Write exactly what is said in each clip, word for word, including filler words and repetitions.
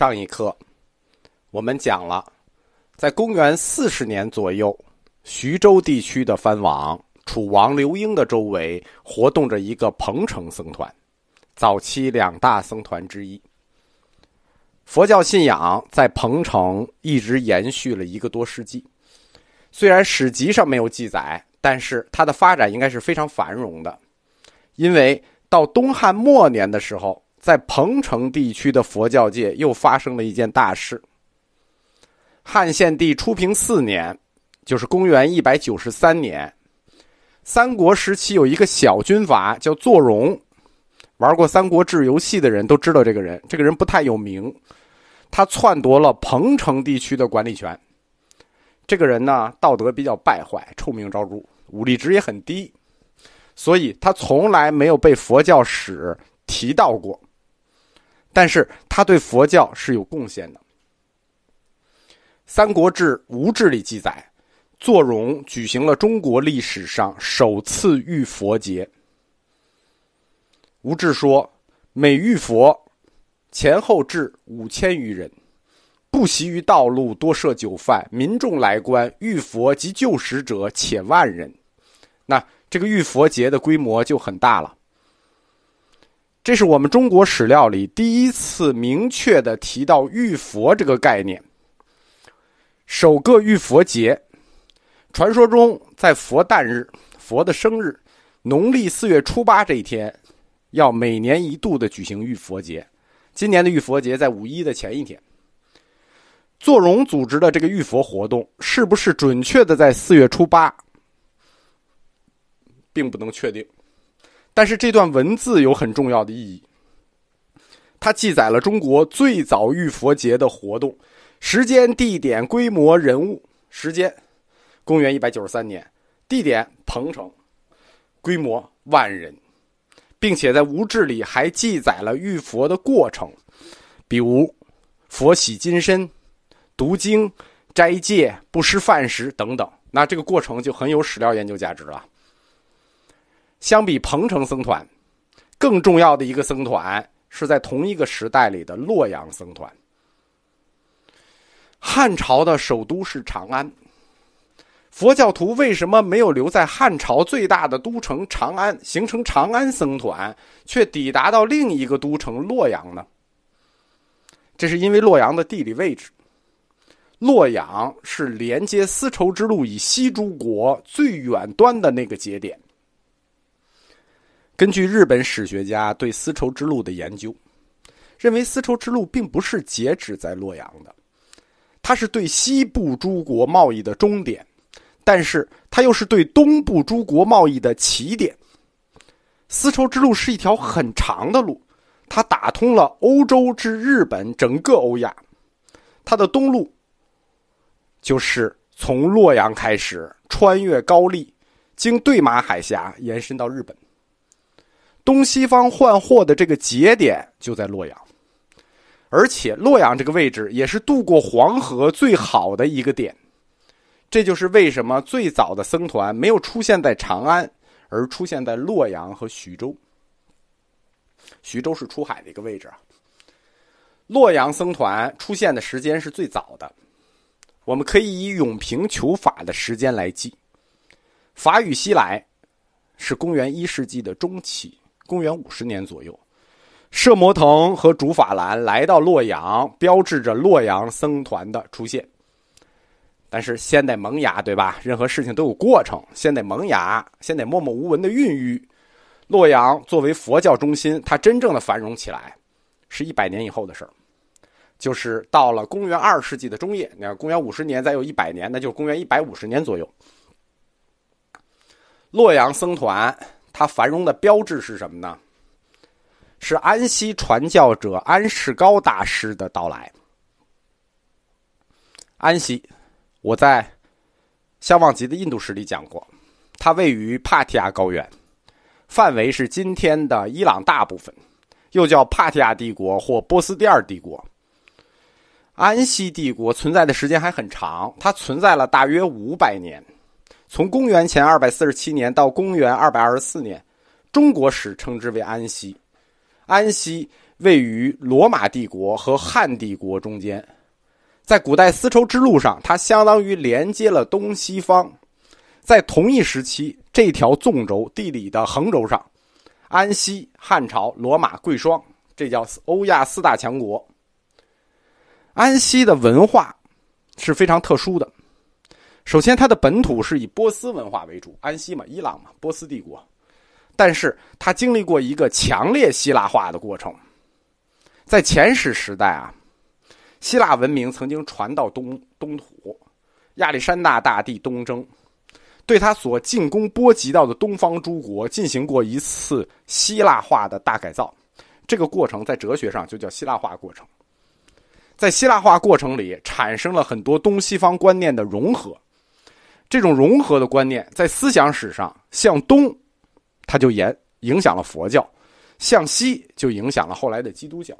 上一课我们讲了，在公元四十年左右，徐州地区的藩王楚王刘英的周围活动着一个彭城僧团，早期两大僧团之一。佛教信仰在彭城一直延续了一个多世纪，虽然史籍上没有记载，但是它的发展应该是非常繁荣的。因为到东汉末年的时候，在彭城地区的佛教界又发生了一件大事。汉献帝初平四年，就是公元一百九十三年，三国时期有一个小军阀叫坐荣，玩过三国志游戏的人都知道这个人，这个人不太有名，他篡夺了彭城地区的管理权。这个人呢，道德比较败坏，臭名昭著，武力值也很低，所以他从来没有被佛教史提到过，但是他对佛教是有贡献的。三国志吴志里记载，坐荣举行了中国历史上首次浴佛节。吴志说，每浴佛前后至五千余人，不习于道路，多设酒饭，民众来观浴佛及救食者且万人。那这个浴佛节的规模就很大了。这是我们中国史料里第一次明确的提到浴佛这个概念。首个浴佛节，传说中在佛诞日，佛的生日，农历四月初八这一天，要每年一度的举行浴佛节。今年的浴佛节在五一的前一天。坐荣组织的这个浴佛活动，是不是准确的在四月初八，并不能确定。但是这段文字有很重要的意义，它记载了中国最早浴佛节的活动，时间、地点、规模、人物。时间公元一百九十三年，地点彭城，规模万人，并且在吴志里还记载了浴佛的过程，比如佛洗金身、读经、斋戒、不吃饭食等等。那这个过程就很有史料研究价值了。相比彭城僧团，更重要的一个僧团是在同一个时代里的洛阳僧团。汉朝的首都是长安，佛教徒为什么没有留在汉朝最大的都城长安，形成长安僧团，却抵达到另一个都城洛阳呢？这是因为洛阳的地理位置。洛阳是连接丝绸之路以西诸国最远端的那个节点。根据日本史学家对丝绸之路的研究，认为丝绸之路并不是截止在洛阳的，它是对西部诸国贸易的终点，但是它又是对东部诸国贸易的起点。丝绸之路是一条很长的路，它打通了欧洲至日本整个欧亚。它的东路就是从洛阳开始，穿越高丽，经对马海峡延伸到日本。东西方换货的这个节点就在洛阳，而且洛阳这个位置也是渡过黄河最好的一个点。这就是为什么最早的僧团没有出现在长安，而出现在洛阳和徐州。徐州是出海的一个位置啊。洛阳僧团出现的时间是最早的，我们可以以永平求法的时间来记。法语西来是公元一世纪的中期，公元五十年左右，摄摩腾和竺法兰来到洛阳，标志着洛阳僧团的出现。但是先得萌芽，对吧？任何事情都有过程，先得萌芽，先得默默无闻的孕育。洛阳作为佛教中心，它真正的繁荣起来是一百年以后的事儿，就是到了公元二世纪的中叶。你看，公元五十年再有一百年，那就是公元一百五十年左右。洛阳僧团它繁荣的标志是什么呢？是安息传教者安世高大师的到来。安息，我在相望集的印度史里讲过，它位于帕提亚高原，范围是今天的伊朗大部分，又叫帕提亚帝国或波斯第二帝国。安息帝国存在的时间还很长，它存在了大约五百年，从公元前二百四十七年到公元二百二十四年，中国史称之为安息。安息位于罗马帝国和汉帝国中间。在古代丝绸之路上，它相当于连接了东西方。在同一时期，这条纵轴地理的横轴上，安息、汉朝、罗马、贵霜，这叫欧亚四大强国。安息的文化是非常特殊的。首先，它的本土是以波斯文化为主，安息嘛，伊朗嘛，波斯帝国。但是它经历过一个强烈希腊化的过程。在前史时代啊，希腊文明曾经传到东东土，亚历山大大帝东征，对他所进攻波及到的东方诸国进行过一次希腊化的大改造。这个过程在哲学上就叫希腊化过程。在希腊化过程里产生了很多东西方观念的融合，这种融合的观念在思想史上向东它就影影响了佛教，向西就影响了后来的基督教。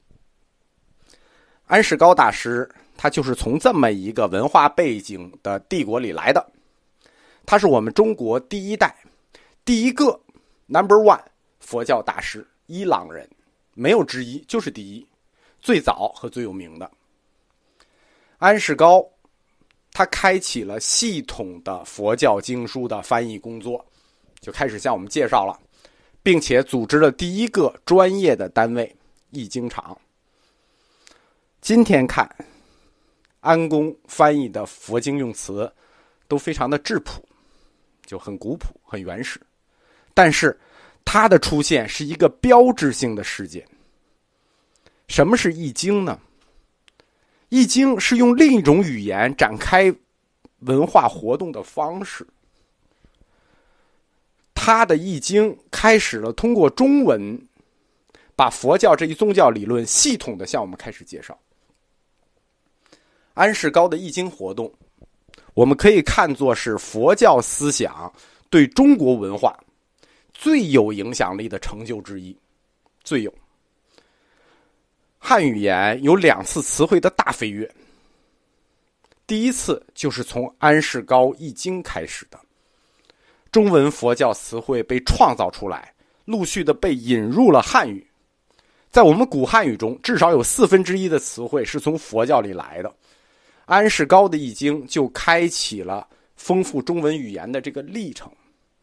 安世高大师他就是从这么一个文化背景的帝国里来的，他是我们中国第一代第一个 number one 佛教大师，伊朗人，没有之一，就是第一，最早和最有名的。安世高他开启了系统的佛教经书的翻译工作，就开始向我们介绍了，并且组织了第一个专业的单位译经场。今天看安公翻译的佛经用词都非常的质朴，就很古朴很原始，但是它的出现是一个标志性的事件。什么是译经呢？译经是用另一种语言展开文化活动的方式。他的译经开始了通过中文把佛教这一宗教理论系统的向我们开始介绍。安世高的译经活动我们可以看作是佛教思想对中国文化最有影响力的成就之一，最有。汉语言有两次词汇的大飞跃，第一次就是从安世高译经开始的。中文佛教词汇被创造出来，陆续的被引入了汉语。在我们古汉语中，至少有四分之一的词汇是从佛教里来的。安世高的译经就开启了丰富中文语言的这个历程。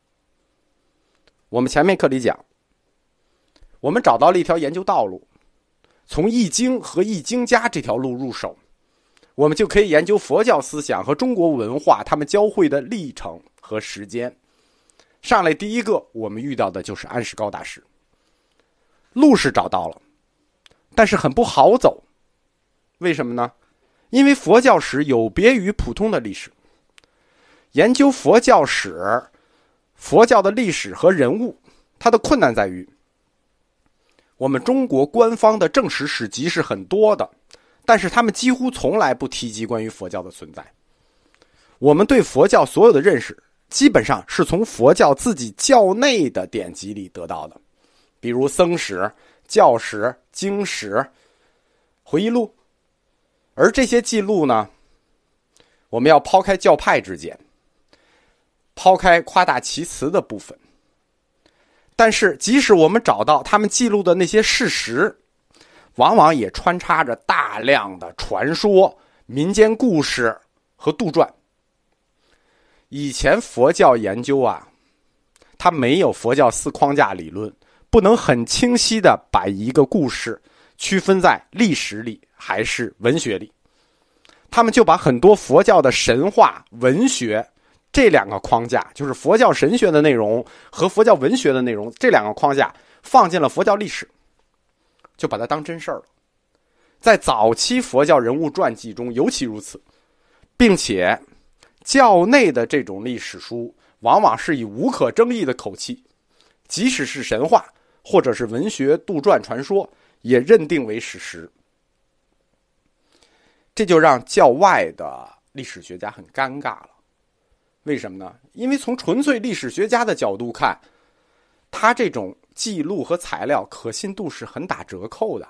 我们前面课里讲，我们找到了一条研究道路，从易经和易经家这条路入手，我们就可以研究佛教思想和中国文化他们交汇的历程和时间。上来第一个我们遇到的就是安世高大师。路是找到了，但是很不好走。为什么呢？因为佛教史有别于普通的历史。研究佛教史，佛教的历史和人物，它的困难在于我们中国官方的正史史籍是很多的，但是他们几乎从来不提及关于佛教的存在。我们对佛教所有的认识基本上是从佛教自己教内的典籍里得到的，比如僧史、教史、经史、回忆录。而这些记录呢，我们要抛开教派之间，抛开夸大其词的部分，但是即使我们找到他们记录的那些事实，往往也穿插着大量的传说、民间故事和杜撰。以前佛教研究啊，它没有佛教四框架理论，不能很清晰的把一个故事区分在历史里还是文学里。他们就把很多佛教的神话、文学这两个框架，就是佛教神学的内容和佛教文学的内容这两个框架放进了佛教历史，就把它当真事儿了。在早期佛教人物传记中尤其如此，并且教内的这种历史书往往是以无可争议的口气，即使是神话或者是文学杜撰传说也认定为史实。这就让教外的历史学家很尴尬了。为什么呢？因为从纯粹历史学家的角度看，他这种记录和材料可信度是很打折扣的。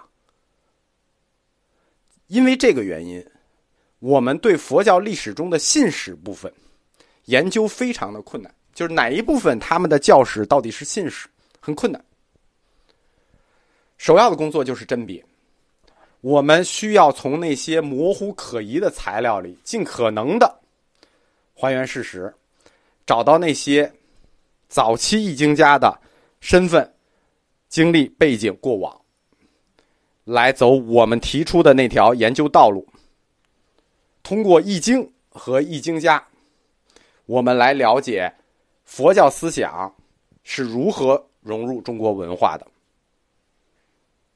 因为这个原因，我们对佛教历史中的信史部分研究非常的困难，就是哪一部分他们的教史到底是信史，很困难。 首要的工作就是甄别。我们需要从那些模糊可疑的材料里尽可能的还原事实，找到那些早期易经家的身份、经历、背景、过往，来走我们提出的那条研究道路。通过易经和易经家，我们来了解佛教思想是如何融入中国文化的。